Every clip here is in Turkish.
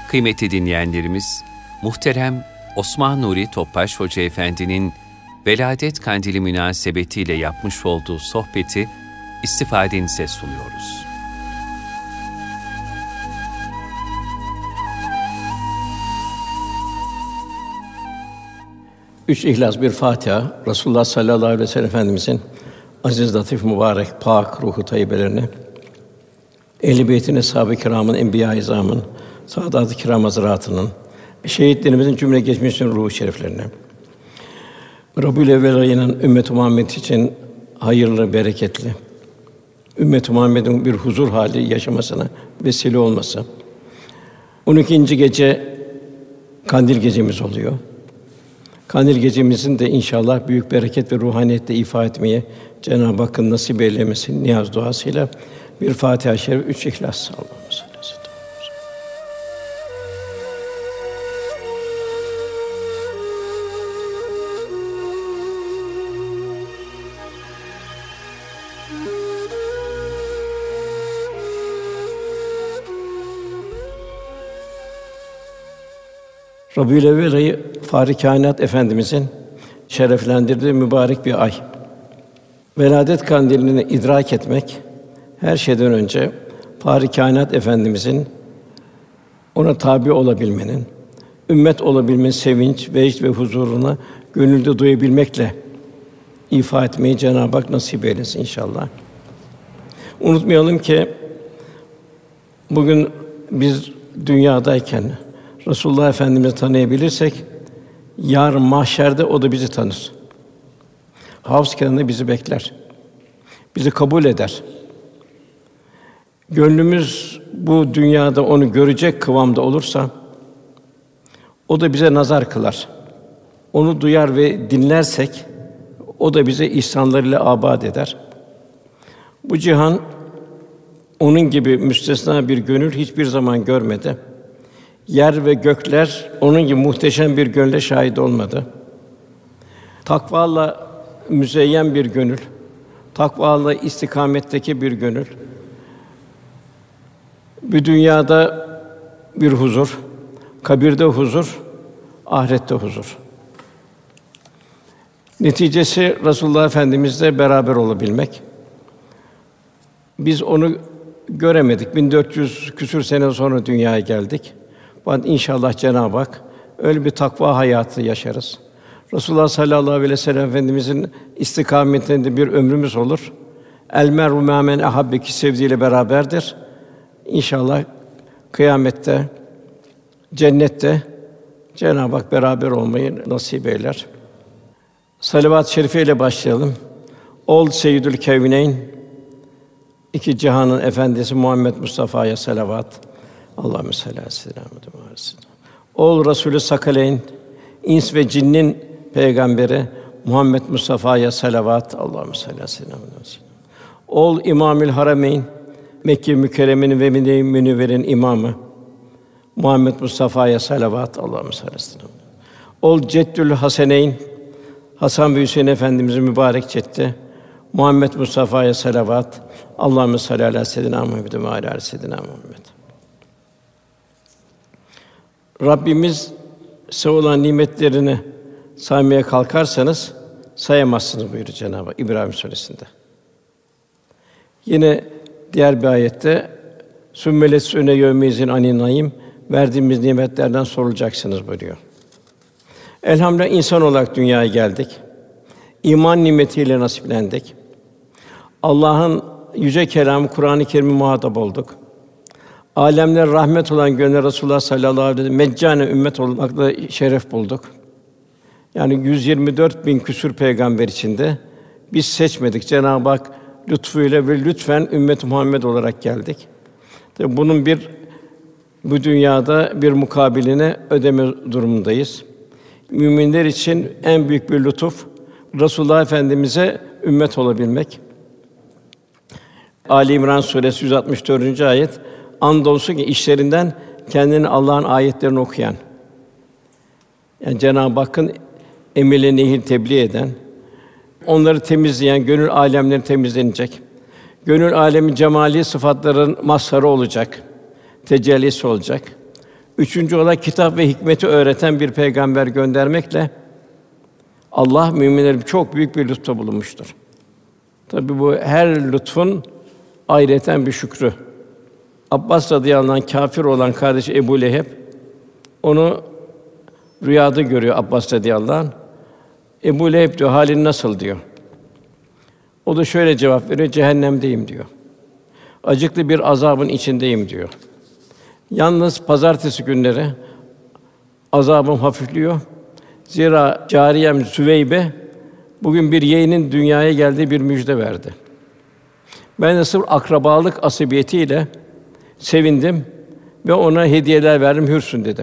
Kıymetli dinleyenlerimiz, muhterem Osman Nuri Topbaş Hoca Efendi'nin Veladet Kandili münasebetiyle yapmış olduğu sohbeti istifadenize sunuyoruz. Üç İhlas, bir Fatiha, Resulullah sallallahu aleyhi ve sellem Efendimizin aziz, latif, mübarek, pak ruhu tayyibelerine, Ehl-i Beyt'in, Eshâb-ı Kirâm'ın, Enbiya-i İzâm'ın, Saadat-ı Kirâm Hazretâtı'nın, şehitlerimizin cümle geçmişlerin ruhu şeriflerine, Rabiül-Evvel ayının ümmet-i Muhammed için hayırlı, bereketli, ümmet-i Muhammed'in bir huzur hali yaşamasına vesile olması. 12. gece Kandil gecemiz oluyor. Kandil gecemizin de inşallah büyük bereket ve ruhaniyetle ifa etmeye Cenab-ı Hakk'ın nasip eylemesi niyaz duasıyla bir Fatiha-i Şerif, 3 İhlas. Allahümme salli aleyhi ve sellem. Rabiül-Evvel ayı Fâhr-ı Kâinat Efendimizin şereflendirdiği mübarek bir ay. Veladet kandilini idrak etmek, her şeyden önce Fâhr-ı Kâinat Efendimizin ona tabi olabilmenin, ümmet olabilmenin sevinç, vecd ve huzuruna gönülde duyabilmekle ifa etmeyi Cenab-ı Hak nasip eylesin inşallah. Unutmayalım ki bugün biz dünyadayken Resulullah Efendimiz'i tanıyabilirsek, yarın mahşerde o da bizi tanır. Havz kenarında bizi bekler. Bizi kabul eder. Gönlümüz bu dünyada onu görecek kıvamda olursa, o da bize nazar kılar. Onu duyar ve dinlersek, o da bize ihsanlarıyla âbad eder. Bu cihan, onun gibi müstesna bir gönül hiçbir zaman görmedi. Yer ve gökler onun gibi muhteşem bir gönle şahit olmadı. Takvayla müzeyyen bir gönül, takvayla istikametteki bir gönül, bu dünyada bir huzur, kabirde huzur, ahirette huzur. Neticesi Resulullah Efendimizle beraber olabilmek. Biz onu göremedik. 1400 küsur sene sonra dünyaya geldik. Fakat inşallah Cenab-ı Hak öyle bir takva hayatı yaşarız. Resulullah sallallahu aleyhi ve sellem Efendimizin istikametinde bir ömrümüz olur. El mer'u mâ men ahabbe ki sevdiğiyle beraberdir. İnşallah kıyamette, cennette Cenab-ı Hak beraber olmayı nasip eyler. Salavat-ı şerife ile başlayalım. Ol Seyyidül Kevneyn, iki cihanın efendisi Muhammed Mustafa'ya salavat. Allahümme salli aleyhi ve sellem. Ol Resulü Sakaleyn, ins ve cinnin peygamberi Muhammed Mustafa'ya salavat. Allahümme salli aleyhi ve sellem. Ol İmamül Harameyn, Mekke-i Mükerreme'nin ve Medine-i Münevvere'nin imamı Muhammed Mustafa'ya salavat. Allahümme salli aleyhi ve sellem. Ol Ceddül Haseneyn, Hasan ve Hüseyin Efendimizin mübarek ceddi Muhammed Mustafa'ya salavat. Allahümme salli aleyhi ve sellem Muhammed ve aleyhi seyyidina Muhammed. Rabbimiz size olan nimetlerini saymaya kalkarsanız sayamazsınız buyuruyor Cenab-ı Hak İbrahim Suresi'nde. Yine diğer bir ayette "Sümmeles-sune yevmizin anin naim" verdiğimiz nimetlerden sorulacaksınız buyuruyor. Elhamdülillah insan olarak dünyaya geldik. İman nimetiyle nasiplendik. Allah'ın yüce kelamı Kur'an-ı Kerim'e muhatap olduk. Âlemlere rahmet olan gönül Resulullah sallallahu aleyhi ve sellem meccâne ümmet olmakla şeref bulduk. Yani 124 bin küsur peygamber içinde biz seçmedik. Cenab-ı Hak lütfuyla ve lütfen ümmet-i Muhammed olarak geldik. Tabii bunun bu dünyada bir mukabiline ödeme durumundayız. Müminler için en büyük bir lütuf Resulullah Efendimize ümmet olabilmek. Ali İmran Suresi 164. ayet. Andolsun ki işlerinden kendini Allah'ın ayetlerini okuyan, yani Cenab-ı Hakk'ın emirlerini nehi tebliğ eden, onları temizleyen gönül âlemleri temizlenecek. Gönül âlemi cemali sıfatların mazharı olacak, tecellisi olacak. Üçüncü olarak kitap ve hikmeti öğreten bir peygamber göndermekle Allah müminlere çok büyük bir lütufta bulunmuştur. Tabii bu her lütfun ayrıyeten bir şükrü. Abbas radıyallahu anh kâfir olan kardeşi Ebu Leheb onu rüyada görüyor Abbas radıyallahu anh. Ebu Leheb diyor, halin nasıl diyor. O da şöyle cevap veriyor, cehennemdeyim diyor. Acıklı bir azabın içindeyim diyor. Yalnız pazartesi günleri azabım hafifliyor. Zira cariyem Süveybe bugün bir yeğenin dünyaya geldiği bir müjde verdi. Ben de sırf akrabalık asabiyetiyle sevindim ve ona hediyeler verdim, hürsün dedim.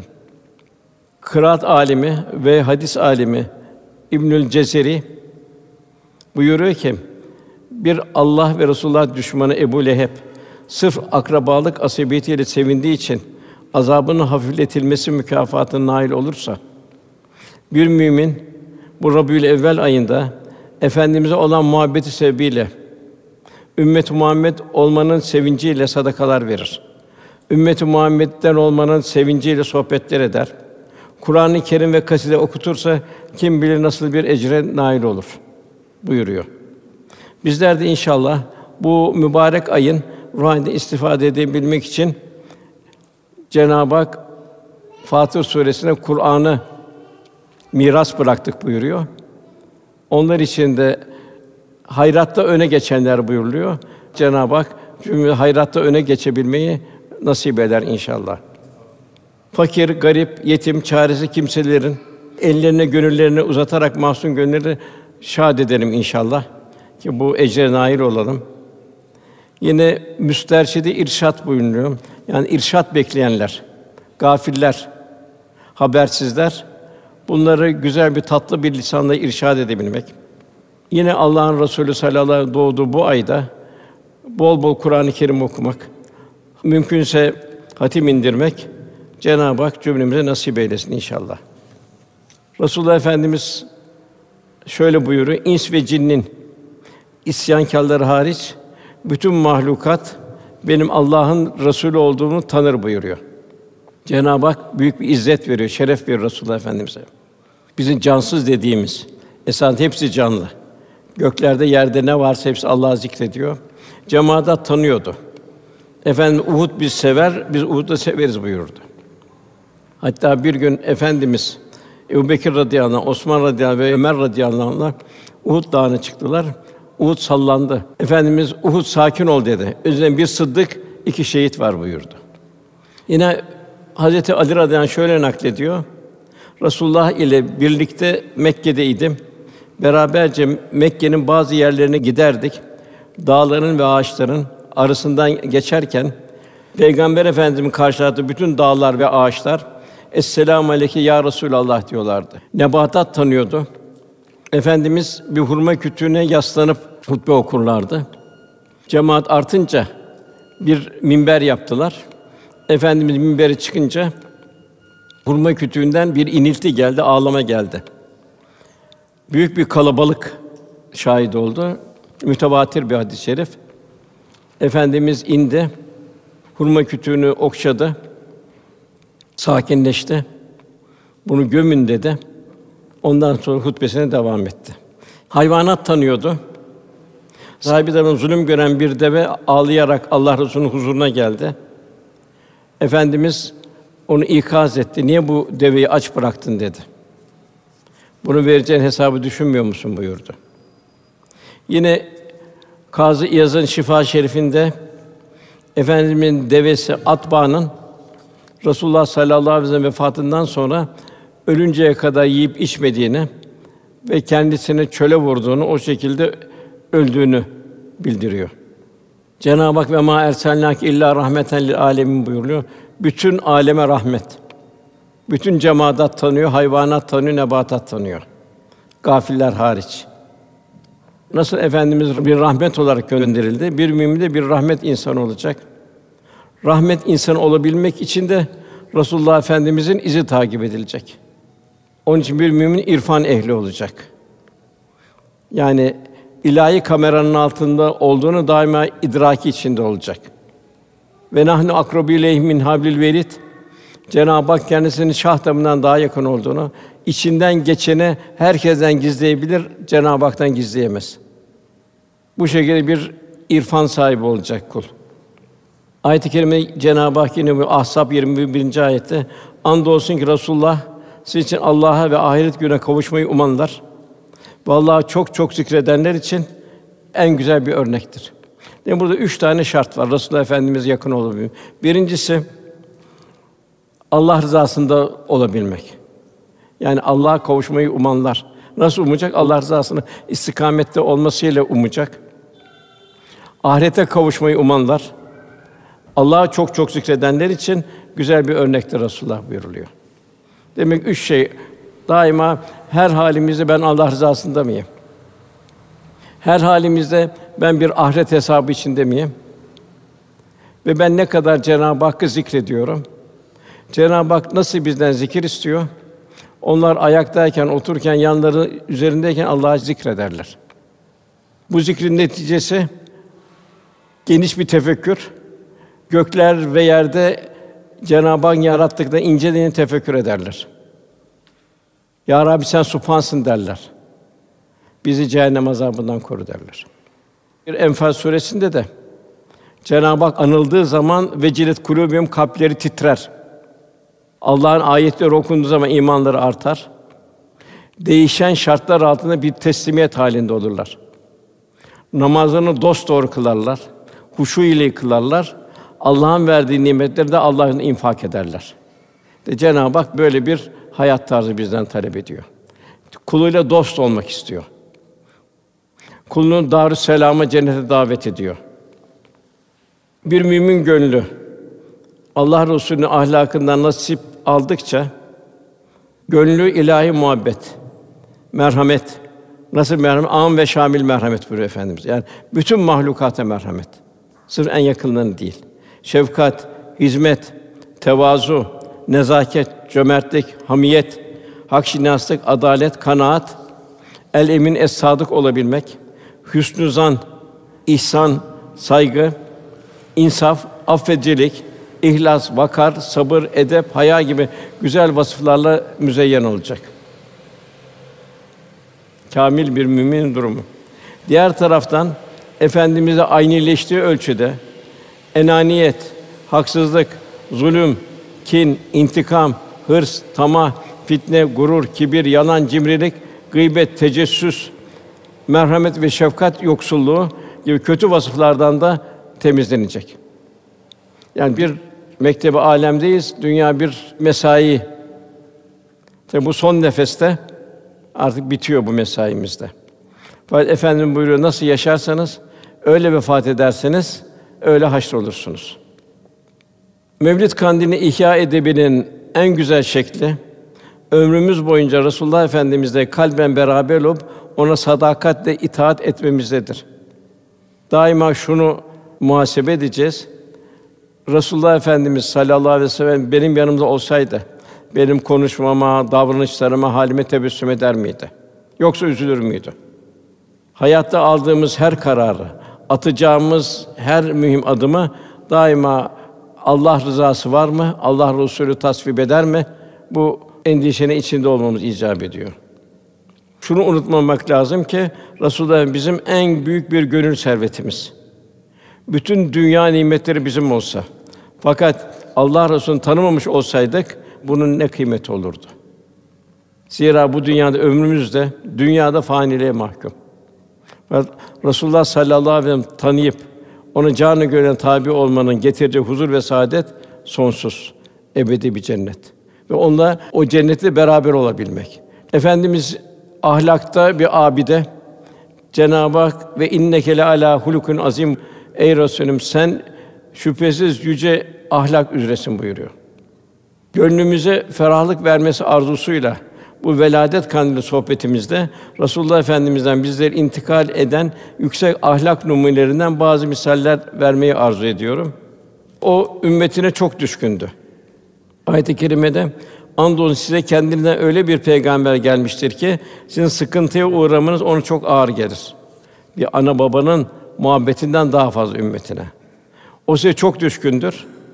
Kıraat alimi ve hadis alimi İbnül Cezeri buyuruyor ki, bir Allah ve Resulullah düşmanı Ebu Leheb sırf akrabalık asabiyetiyle sevindiği için azabının hafifletilmesi mükafatına nail olursa, bir mümin bu Rabiülevvel ayında Efendimize olan muhabbeti sebebiyle ümmet-i Muhammed olmanın sevinciyle sadakalar verir. Ümmet-i Muhammed'den olmanın sevinciyle sohbetler eder. Kur'an-ı Kerim ve kaside okutursa kim bilir nasıl bir ecre nail olur buyuruyor. Bizler de inşallah bu mübarek ayın ruhaninden istifade edebilmek için Cenab-ı Hak Fatır Suresi'nde Kur'an'ı miras bıraktık buyuruyor. Onlar için de hayratta öne geçenler buyuruluyor. Cenab-ı Hak cümle hayratta öne geçebilmeyi nasip eder inşallah. Fakir, garip, yetim, çaresiz kimselerin ellerine, gönüllerini uzatarak mahzun gönülleri şad edelim inşallah ki bu ecre nail olalım. Yine müsterşidi irşad buyuruyor. Yani irşad bekleyenler, gafiller, habersizler, bunları güzel bir tatlı bir lisanla irşad edebilmek. Yine Allah'ın Resulü sallallahu aleyhi ve sellem doğduğu bu ayda bol bol Kur'an-ı Kerim okumak, mümkünse hatim indirmek Cenab-ı Hak cümlemize nasip eylesin inşallah. Resulullah Efendimiz şöyle buyuruyor: İns ve cinnin isyankârları hariç bütün mahlukat benim Allah'ın Resulü olduğumu tanır buyuruyor. Cenab-ı Hak büyük bir izzet veriyor, şeref veriyor Resulullah Efendimize. Bizim cansız dediğimiz, esas hepsi canlı. Göklerde, yerde ne varsa hepsi Allah'ı zikrediyor. Cemaat tanıyordu. Efendim Uhud biz sever, biz Uhud'u severiz buyurdu. Hatta bir gün Efendimiz Ebubekir radıyallahu anh, Osman radıyallahu anh ve Ömer radıyallahu anh Uhud dağına çıktılar. Uhud sallandı. Efendimiz Uhud sakin ol dedi. Üzerine bir sıddık, 2 şehit var buyurdu. Yine Hazreti Ali radıyallahu anh şöyle naklediyor. Resulullah ile birlikte Mekke'deydim. Beraberce Mekke'nin bazı yerlerine giderdik. Dağların ve ağaçların arasından geçerken Peygamber Efendimiz'in karşıladığı bütün dağlar ve ağaçlar "Esselamu aleyke ya Resulallah" diyorlardı. Nebatat tanıyordu. Efendimiz bir hurma kütüğüne yaslanıp hutbe okurlardı. Cemaat artınca bir minber yaptılar. Efendimiz minbere çıkınca hurma kütüğünden bir inilti geldi, ağlama geldi. Büyük bir kalabalık şahit oldu. Mütevatir bir hadis-i şerif. Efendimiz indi, hurma kütüğünü okşadı, sakinleşti. Bunu gömün dedi. Ondan sonra hutbesine devam etti. Hayvanat tanıyordu. Sahibi tarafından zulüm gören bir deve ağlayarak Allah Resulü'nün huzuruna geldi. Efendimiz onu ikaz etti. Niye bu deveyi aç bıraktın dedi. Bunu vereceğin hesabı düşünmüyor musun buyurdu. Yine Kazı İyaz'ın Şifa Şerif'inde Efendimiz'in devesi Atba'nın Resulullah sallallahu aleyhi ve sellem vefatından sonra ölünceye kadar yiyip içmediğini ve kendisini çöle vurduğunu, o şekilde öldüğünü bildiriyor. Cenab-ı Hak ve mâ erselnâke illâ rahmeten lil âlemin buyuruyor. Bütün âleme rahmet. Bütün cemaat tanıyor, hayvanat tanıyor, nebatat tanıyor. Gafiller hariç. Nasıl Efendimiz bir rahmet olarak gönderildi, bir mümin de bir rahmet insanı olacak. Rahmet insanı olabilmek için de Resulullah Efendimizin izi takip edilecek. Onun için bir mümin irfan ehli olacak. Yani ilahi kameranın altında olduğunu daima idraki içinde olacak. Ve nahnu akrabu ileyhi min hablil verid. Cenab-ı Hak kendisinin şah damarından daha yakın olduğunu, içinden geçeni herkesten gizleyebilir, Cenab-ı Hak'tan gizleyemez. Bu şekilde bir irfan sahibi olacak kul. Ayet-i kerime Cenab-ı Hak yine bu Ahzab 21. ayette andolsun ki Resulullah sizin için Allah'a ve ahiret gününe kavuşmayı umanlar ve Allah'ı çok çok zikredenler için en güzel bir örnektir. Yani burada 3 tane şart var. Resulullah Efendimiz'e yakın olabilmek. Birincisi Allah rızasında olabilmek. Yani Allah'a kavuşmayı umanlar. Nasıl umacak? Allah rızasını istikamette olmasıyla umacak. Ahirete kavuşmayı umanlar. Allah'ı çok çok zikredenler için güzel bir örnektir Resulullah buyuruluyor. Demek 3 şey daima her halimizde ben Allah rızasında mıyım? Her halimizde ben bir ahiret hesabı içinde miyim? Ve ben ne kadar Cenab-ı Hakk'ı zikrediyorum? Cenab-ı Hak nasıl bizden zikir istiyor? Onlar ayaktayken, otururken, yanları üzerindeyken Allah'ı zikrederler. Bu zikrin neticesi geniş bir tefekkür. Gökler ve yerde Cenab-ı Hak yarattıklarını inceleyen tefekkür ederler. Ya Rabbi sen Subhansın derler. Bizi cehennem azabından koru derler. Bir Enfal suresinde de Cenab-ı Hak anıldığı zaman vecilet kulûbühüm kalpleri titrer. Allah'ın ayetleri okunduğu zaman imanları artar. Değişen şartlar altında bir teslimiyet halinde olurlar. Namazlarını dosdoğru kılarlar. Huşu ile kılarlar. Allah'ın verdiği nimetleri de Allah'ın infak ederler. Cenab-ı Hak böyle bir hayat tarzı bizden talep ediyor. Kuluyla dost olmak istiyor. Kulunu Darüsselam'a, cennete davet ediyor. Bir mümin gönlü Allah Resulü'nün ahlakından nasip aldıkça gönlü ilahi muhabbet, merhamet, nasıl merhamet? Âm ve şamil merhamet buyuruyor Efendimiz. Yani bütün mahlukata merhamet. Sırf en yakınlarına değil. Şefkat, hizmet, tevazu, nezaket, cömertlik, hamiyet, hakşinaslık, adalet, kanaat, el-emin es-sadık olabilmek, hüsnü zan, ihsan, saygı, insaf, affedicilik, ihlas, vakar, sabır, edep, haya gibi güzel vasıflarla müzeyyen olacak. Kâmil bir mümin durumu. Diğer taraftan Efendimiz'e aynileştiği ölçüde enaniyet, haksızlık, zulüm, kin, intikam, hırs, tamah, fitne, gurur, kibir, yalan, cimrilik, gıybet, tecessüs, merhamet ve şefkat yoksulluğu gibi kötü vasıflardan da temizlenecek. Yani bir mektebi âlemdeyiz, dünya bir mesai. Tabi bu son nefeste artık bitiyor bu mesaimizde. Fakat Efendimiz buyuruyor, nasıl yaşarsanız, öyle vefat ederseniz, öyle haşrolursunuz. Mevlid Kandili ihya edebinin en güzel şekli, ömrümüz boyunca Resulullah Efendimizle kalben beraber olup ona sadakatle itaat etmemizdedir. Daima şunu muhasebe edeceğiz. Resulullah Efendimiz sallallahu aleyhi ve sellem benim yanımda olsaydı, benim konuşmama, davranışlarıma, halime tebessüm eder miydi? Yoksa üzülür müydü? Hayatta aldığımız her kararı, atacağımız her mühim adımı daima Allah rızası var mı? Allah Resulü tasvip eder mi? Bu endişenin içinde olmamız icap ediyor. Şunu unutmamak lazım ki Resulullah bizim en büyük bir gönül servetimiz. Bütün dünya nimetleri bizim olsa, fakat Allah Resulü'nü tanımamış olsaydık bunun ne kıymeti olurdu? Zira bu dünyada ömrümüz de dünyada faniliğe mahkum. Resulullah sallallahu aleyhi ve sellem tanıyıp ona canı gönülden tabi olmanın getireceği huzur ve saadet sonsuz, ebedi bir cennet ve onunla o cennette beraber olabilmek. Efendimiz ahlakta bir abide, Cenab-ı Hak ve inneke le alâ hulukun azim. Ey Resulüm sen şüphesiz yüce ahlak üzeresin buyuruyor. Gönlümüze ferahlık vermesi arzusuyla bu veladet kandili sohbetimizde Resulullah Efendimiz'den bizleri intikal eden yüksek ahlak numunelerinden bazı misaller vermeyi arzu ediyorum. O ümmetine çok düşkündü. Ayet-i kerimede andolsun size kendinden öyle bir peygamber gelmiştir ki sizin sıkıntıya uğramanız ona çok ağır gelir. Bir ana babanın muhabbetinden daha fazla ümmetine. O size çok düşkündür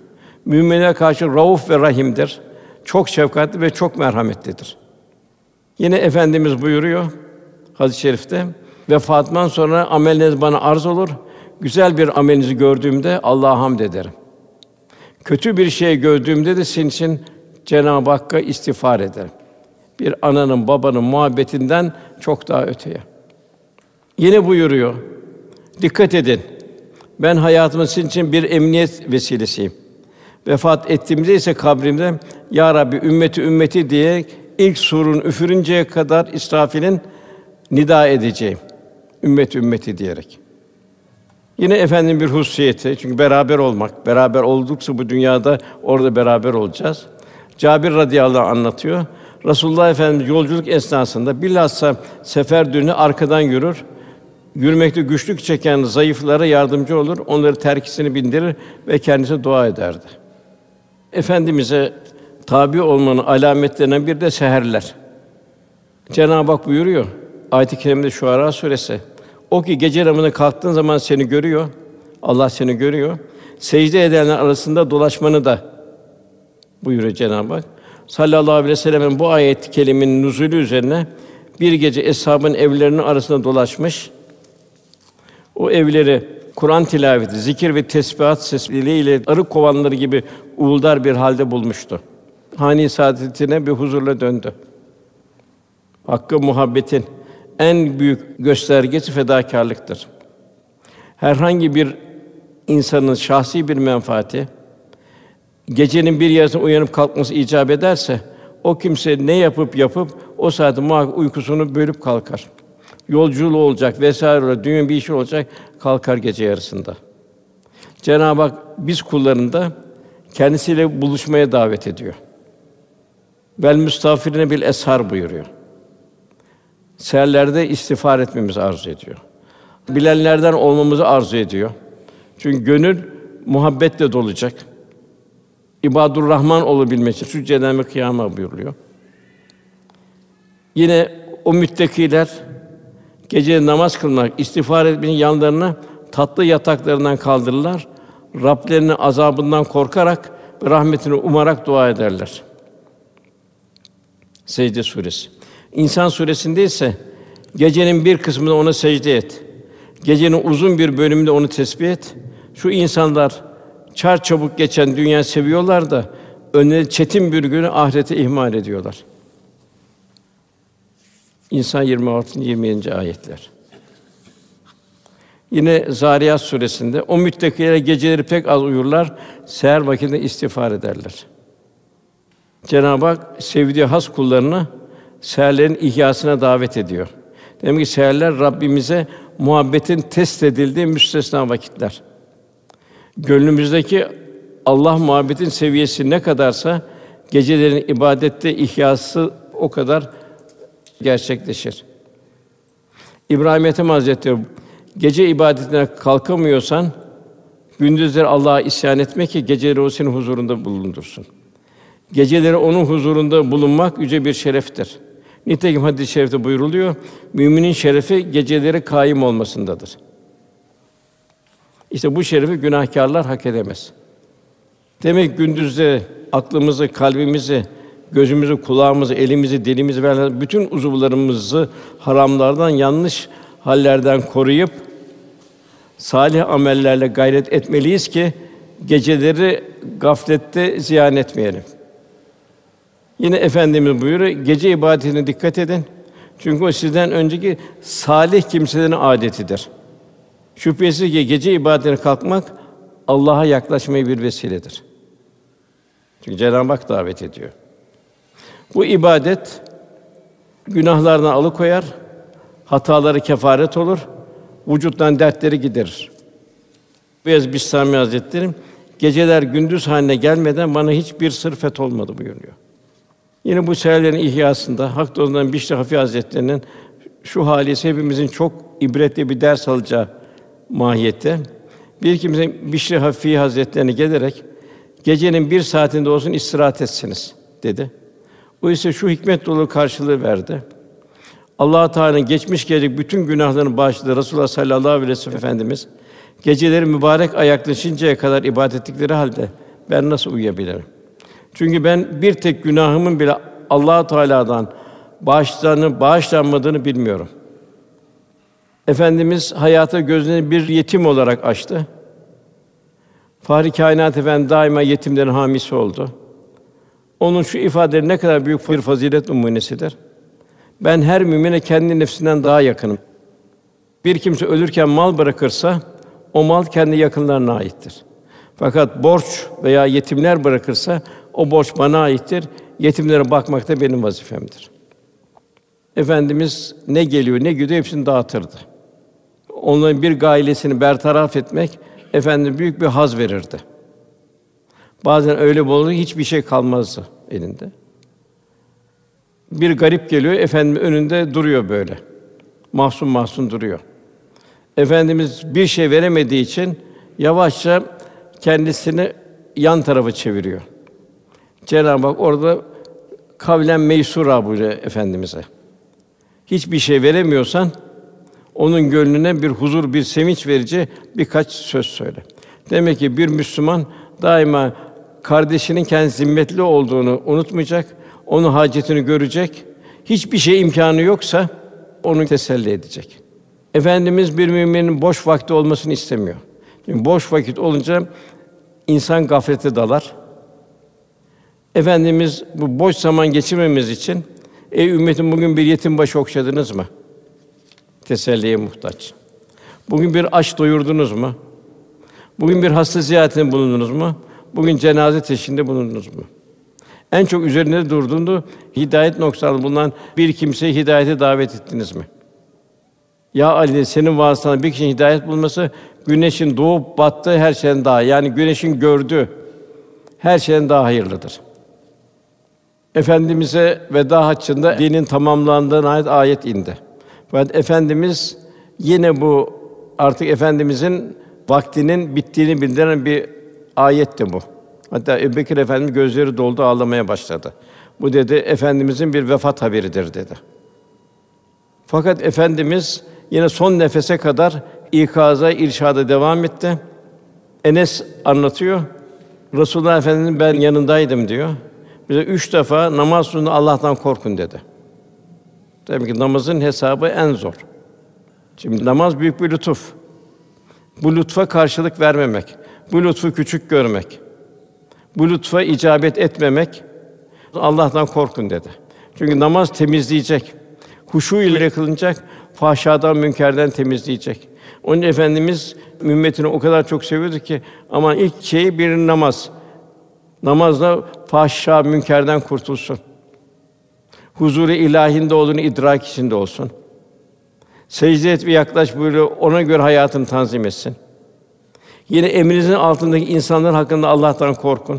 Müminlere karşı rauf ve rahimdir. Çok şefkatli ve çok merhametlidir. Yine Efendimiz buyuruyor hadis-i şerifte, vefatımdan sonra ameliniz bana arz olur. Güzel bir amelinizi gördüğümde Allah'a hamd ederim. Kötü bir şey gördüğümde de sizin için Cenab-ı Hakk'a istiğfar ederim. Bir ananın, babanın muhabbetinden çok daha öteye. Yine buyuruyor, dikkat edin, ben hayatımın sizin için bir emniyet vesilesiyim. Vefat ettiğimde ise kabrimde, Ya Rabbi ümmeti diye ilk surun üfürünceye kadar İsrafil'in nida edeceğim. Ümmeti diyerek. Yine Efendimiz bir hususiyeti, çünkü beraber olmak, beraber oldukça bu dünyada orada beraber olacağız. Cabir radıyallahu anh anlatıyor. Resulullah Efendimiz yolculuk esnasında bilhassa sefer düğünü arkadan yürür. Yürümekte güçlük çeken zayıflara yardımcı olur, onları terkisini bindirir ve kendisi dua ederdi. Efendimize tabi olmanın alametlerinden bir de seherler. Cenab-ı Hak buyuruyor ayet-i kerimede Şuara suresi. O ki gece namazına kalktığın zaman seni görüyor. Allah seni görüyor. Secde edenler arasında dolaşmanı da buyuruyor Cenab-ı Hak. Sallallahu aleyhi ve sellem'in bu ayet-i kerimenin nuzulü üzerine bir gece eshabın evlerinin arasında dolaşmış. O evleri Kur'an tilaveti, zikir ve tesbihat sesleriyle arı kovanları gibi uğuldar bir halde bulmuştu. Hâne-i saadetine bir huzurla döndü. Hakk'a muhabbetin en büyük göstergesi fedakârlıktır. Herhangi bir insanın şahsi bir menfaati, gecenin bir yarısında uyanıp kalkması icap ederse, o kimse ne yapıp o saatte muhakkak uykusunu bölüp kalkar. Yolculuğu olacak vesaire olacak, dünya bir işi olacak, kalkar gece yarısında. Cenab-ı Hak biz kullarını da kendisiyle buluşmaya davet ediyor. Vel müstağfirine bil eshar buyuruyor. Seherlerde istiğfar etmemizi arzu ediyor. Bilenlerden olmamızı arzu ediyor. Çünkü gönül muhabbetle dolacak. İbadur Rahman olabilmek için sücceden ve kıyama buyuruluyor. Yine o müttakiler gece namaz kılmak, istiğfar etmenin yanlarına tatlı yataklarından kaldırırlar. Rablerinin azabından korkarak ve rahmetini umarak dua ederler. Secde Suresi. İnsan Suresi'nde ise gecenin bir kısmında ona secde et. Gecenin uzun bir bölümünde onu tesbih et. Şu insanlar çarçabuk geçen dünya seviyorlar da önüne çetin bir günü ahirete ihmal ediyorlar. İnsan 26. 27. ayetler. Yine Zariyat Suresi'nde o müttakilere geceleri pek az uyurlar, seher vakitinde istiğfar ederler. Cenab-ı Hak sevdiği has kullarını seherlerin ihyasına davet ediyor. Demek ki seherler Rabbimize muhabbetin test edildiği müstesna vakitler. Gönlümüzdeki Allah muhabbetin seviyesi ne kadarsa gecelerin ibadette ihyası o kadar gerçekleşir. İbrahim Ethem Hazretleri gece ibadetine kalkamıyorsan gündüzleri Allah'a isyan etme ki geceleri o senin huzurunda bulundursun. Geceleri onun huzurunda bulunmak yüce bir şereftir. Nitekim hadis-i şerifte buyruluyor, müminin şerefi geceleri kâim olmasındadır. İşte bu şerefi günahkârlar hak edemez. Demek gündüzde aklımızı, kalbimizi, gözümüzü, kulağımızı, elimizi, dilimizi ve bütün uzuvlarımızı haramlardan, yanlış hallerden koruyup salih amellerle gayret etmeliyiz ki geceleri gaflette ziyan etmeyelim. Yine Efendimiz buyuruyor, gece ibadetine dikkat edin. Çünkü o sizden önceki salih kimselerin adetidir. Şüphesiz ki gece ibadetine kalkmak Allah'a yaklaşmaya bir vesiledir. Çünkü Cenab-ı Hak davet ediyor. Bu ibadet günahlardan alıkoyar, hataları kefaret olur, vücuttan dertleri giderir. Beyazıt Bistami Hazretleri geceler gündüz haline gelmeden bana hiçbir sır fetholmadı buyuruyor. Yine bu seherlerin ihyasında Hak Dostundan Bişri Hafi Hazretleri'nin şu halisi hepimizin çok ibretli bir ders alacağı mahiyette. Bir kimse Bişri Hafi Hazretlerine gelerek gecenin bir saatinde olsun istirahat etsiniz dedi. O ise şu hikmet dolu karşılığı verdi. Allah Teala'nın geçmiş gelecek bütün günahlarını bağışladı. Resulullah sallallahu aleyhi ve sellem Efendimiz geceleri mübarek ayaklaşıncaya kadar ibadet ettikleri halde ben nasıl uyuyabilirim? Çünkü ben bir tek günahımın bile Allah Teala'dan bağışlanmadığını bilmiyorum. Efendimiz hayata gözlerini bir yetim olarak açtı. Fâhr-ı Kâinat Efendimiz daima yetimlerin hamisi oldu. Onun şu ifadeleri ne kadar büyük bir fazilet numunesidir. Ben her mümine kendi nefsinden daha yakınım. Bir kimse ölürken mal bırakırsa o mal kendi yakınlarına aittir. Fakat borç veya yetimler bırakırsa o borç bana aittir. Yetimlere bakmak da benim vazifemdir. Efendimiz ne geliyor, ne gidiyor hepsini dağıtırdı. Onların bir gailesini bertaraf etmek Efendimiz büyük bir haz verirdi. Bazen öyle olurdu hiçbir şey kalmazdı elinde. Bir garip geliyor, Efendimiz önünde duruyor böyle. Mahzun mahzun duruyor. Efendimiz bir şey veremediği için yavaşça kendisini yan tarafa çeviriyor. Cenab-ı Hak orada kavlen meysura buyuruyor Efendimize. Hiçbir şey veremiyorsan onun gönlüne bir huzur, bir sevinç verici birkaç söz söyle. Demek ki bir Müslüman daima kardeşinin kendi zimmetli olduğunu unutmayacak, onun hacetini görecek. Hiçbir şey imkânı yoksa onu teselli edecek. Efendimiz bir müminin boş vakti olmasını istemiyor. Çünkü boş vakit olunca insan gaflete dalar. Efendimiz bu boş zaman geçirmemiz için ey ümmetim bugün bir yetim başı okşadınız mı? Teselliye muhtaç. Bugün bir aç doyurdunuz mu? Bugün bir hasta ziyaretinde bulundunuz mu? Bugün cenaze teşhirinde bulundunuz mu? En çok üzerinde durduğunda hidayet noksanı bulunan bir kimseyi hidayete davet ettiniz mi? Ya Ali, senin vasıtanla bir kişinin hidayet bulması güneşin doğup battığı her şeyden daha, yani güneşin gördüğü her şeyden daha hayırlıdır. Efendimize veda haccında dinin tamamlandığına ait ayet indi. Fakat Efendimiz yine bu artık Efendimizin vaktinin bittiğini bildiren bir ayetti bu. Hatta Ebubekir Efendimiz gözleri doldu, ağlamaya başladı. Bu dedi Efendimizin bir vefat haberidir dedi. Fakat Efendimiz yine son nefese kadar ikaza, irşada devam etti. Enes anlatıyor. Resulullah Efendimiz ben yanındaydım diyor. Bize 3 defa namaz sonunda Allah'tan korkun dedi. Tabii ki namazın hesabı en zor. Şimdi namaz büyük bir lütuf. Bu lütfa karşılık vermemek, bu lütfu küçük görmek, bu lütfa icabet etmemek, Allah'tan korkun dedi. Çünkü namaz temizleyecek, huşu ile kılınacak, fahşadan, münkerden temizleyecek. Onun için Efendimiz ümmetini o kadar çok seviyordu ki ama ilk şeyi bir namaz. Namazla fahşa, münkerden kurtulsun. Huzur-u ilâhinde olduğunu idrak içinde olsun. Secde et ve yaklaş buyuruyor, ona göre hayatını tanzim etsin. Yine emrinizin altındaki insanlar hakkında Allah'tan korkun.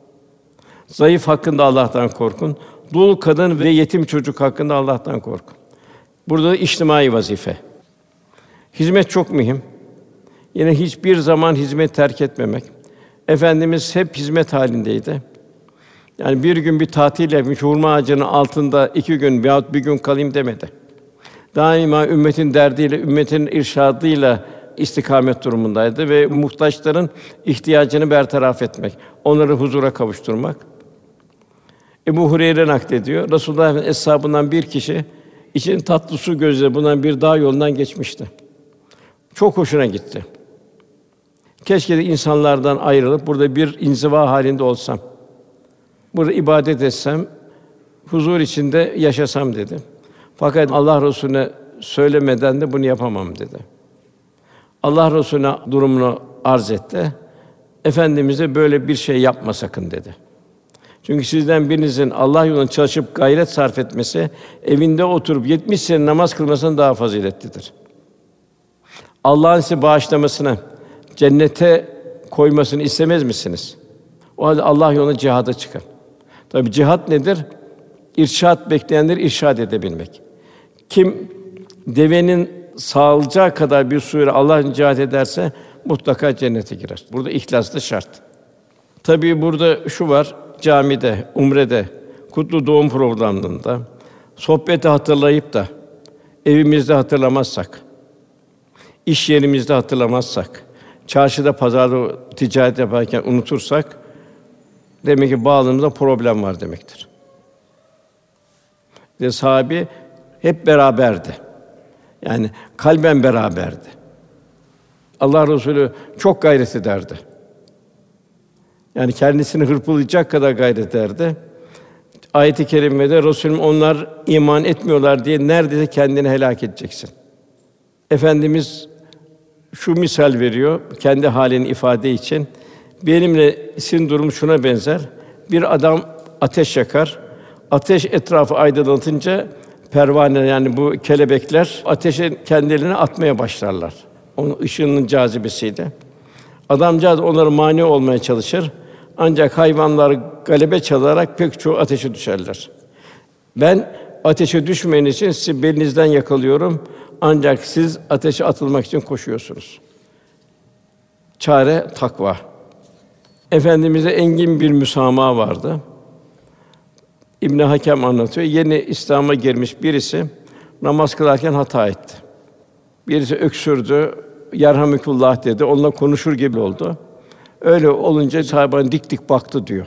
Zayıf hakkında Allah'tan korkun. Dul kadın ve yetim çocuk hakkında Allah'tan korkun. Burada içtimai vazife. Hizmet çok mühim. Yine hiçbir zaman hizmet terk etmemek. Efendimiz hep hizmet halindeydi. Yani bir gün bir tatil yapmış, hurma ağacının altında 2 gün veyahut bir gün kalayım demedi. Daima ümmetin derdiyle, ümmetin irşadıyla istikamet durumundaydı ve muhtaçların ihtiyacını bertaraf etmek, onları huzura kavuşturmak. Ebu Hureyre naklediyor. Resulullah Efendimiz eshabından bir kişi için tatlı su gözleri bulunan bir dağ yolundan geçmişti. Çok hoşuna gitti. Keşke de insanlardan ayrılıp burada bir inziva halinde olsam. Burada ibadet etsem, huzur içinde yaşasam dedi. Fakat Allah Resulüne söylemeden de bunu yapamam dedi. Allah Resulüne durumunu arz etti. Efendimiz'e böyle bir şey yapma sakın dedi. Çünkü sizden birinizin Allah yolunda çalışıp gayret sarf etmesi, evinde oturup 70 sene namaz kılmasından daha faziletlidir. Allah'ın sizi bağışlamasını, cennete koymasını istemez misiniz? O halde Allah yolunda cihada çıkın. Tabii cihat nedir? İrşad bekleyenleri irşad edebilmek. Kim devenin sağlayacağı kadar bir süre Allah'ın cihat ederse mutlaka cennete girer. Burada ihlas da şart. Tabii burada şu var: camide, umrede, kutlu doğum programlarında sohbeti hatırlayıp da evimizde hatırlamazsak, iş yerimizde hatırlamazsak, çarşıda, pazarda ticaret yaparken unutursak Demek ki bağlılığımızda problem var demektir. Ve sahabi hep beraberdi. Yani kalben beraberdi. Allah Resulü çok gayret ederdi. Yani kendisini hırpalayacak kadar gayret ederdi. Ayet-i kerimede Resulüm onlar iman etmiyorlar diye neredeyse kendini helak edeceksin. Efendimiz şu misal veriyor kendi halini ifade için. Benimle sizin durum şuna benzer. Bir adam ateş yakar. Ateş etrafı aydınlatınca pervane yani bu kelebekler ateşe kendilerini atmaya başlarlar. Onun ışığının cazibesiyle. Adamcağız onlara mani olmaya çalışır. Ancak hayvanlar galebe çalarak pek çoğu ateşe düşerler. Ben ateşe düşmeyiniz için sizi belinizden yakalıyorum. Ancak siz ateşe atılmak için koşuyorsunuz. Çare takva. Efendimize engin bir müsamaha vardı. İbn Hakem anlatıyor. Yeni İslam'a girmiş birisi namaz kılarken hata etti. Birisi öksürdü, "Yerhamükullah" dedi. Onunla konuşur gibi oldu. Öyle olunca sahabe dik dik baktı diyor.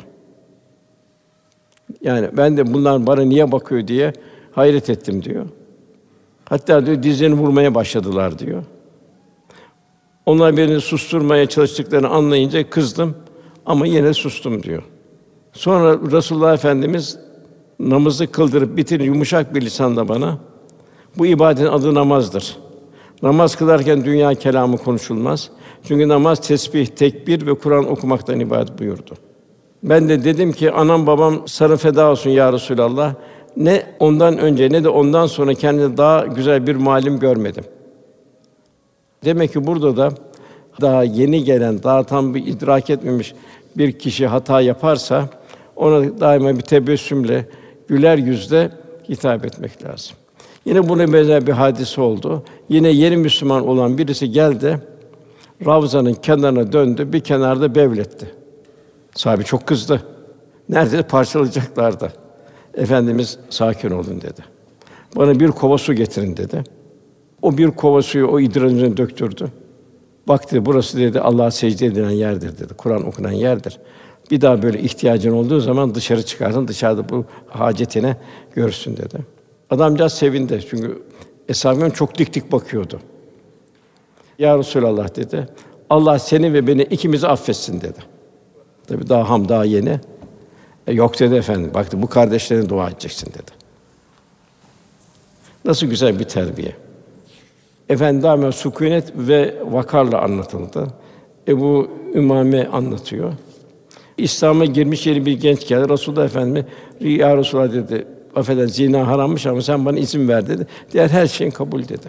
Yani ben de bunlar bana niye bakıyor diye hayret ettim diyor. Hatta diyor dizlerini vurmaya başladılar diyor. Onlar beni susturmaya çalıştıklarını anlayınca kızdım ama yine sustum diyor. Sonra Resulullah Efendimiz namazı kıldırıp bitirince yumuşak bir lisanla bana bu ibadetin adı namazdır. Namaz kılarken dünya kelamı konuşulmaz. Çünkü namaz tesbih, tekbir ve Kur'an okumaktan ibaret buyurdu. Ben de dedim ki anam babam sana feda olsun ya Resulallah. Ne ondan önce ne de ondan sonra kendine daha güzel bir muallim görmedim. Demek ki burada da daha yeni gelen, daha tam bir idrak etmemiş bir kişi hata yaparsa ona daima bir tebessümle, güler yüzle hitap etmek lazım. Yine buna benzer bir hadise oldu. Yine yeni Müslüman olan birisi geldi, Ravza'nın kenarına döndü, bir kenarda bevletti. Sahabe çok kızdı. Neredeyse parçalayacaklardı. Efendimiz sakin olun dedi. Bana bir kova su getirin dedi. O bir kova suyu o idrarın üzerine döktürdü. Baktı burası dedi Allah'a secde edilen yerdir dedi. Kur'an okunan yerdir. Bir daha böyle ihtiyacın olduğu zaman dışarı çıkarsın, dışarıda bu hacetine görürsün dedi. Adamcağız sevindi çünkü eshab-ı çok dik dik bakıyordu. Ya Resulallah dedi. Allah seni ve beni ikimizi affetsin dedi. Tabii daha yeni. Yok dedi efendim. Baktı bu kardeşlerine dua edeceksin dedi. Nasıl güzel bir terbiye. Efendim daima sükûnet ve vakarla anlatıldı. Ebu Ümame anlatıyor. İslam'a girmiş yeni bir genç geldi. Resulullah Efendimiz "Ya Resulallah" dedi. "Affedersin zina harammış ama sen bana izin ver" dedi. "Diğer her şeyin kabul" dedi.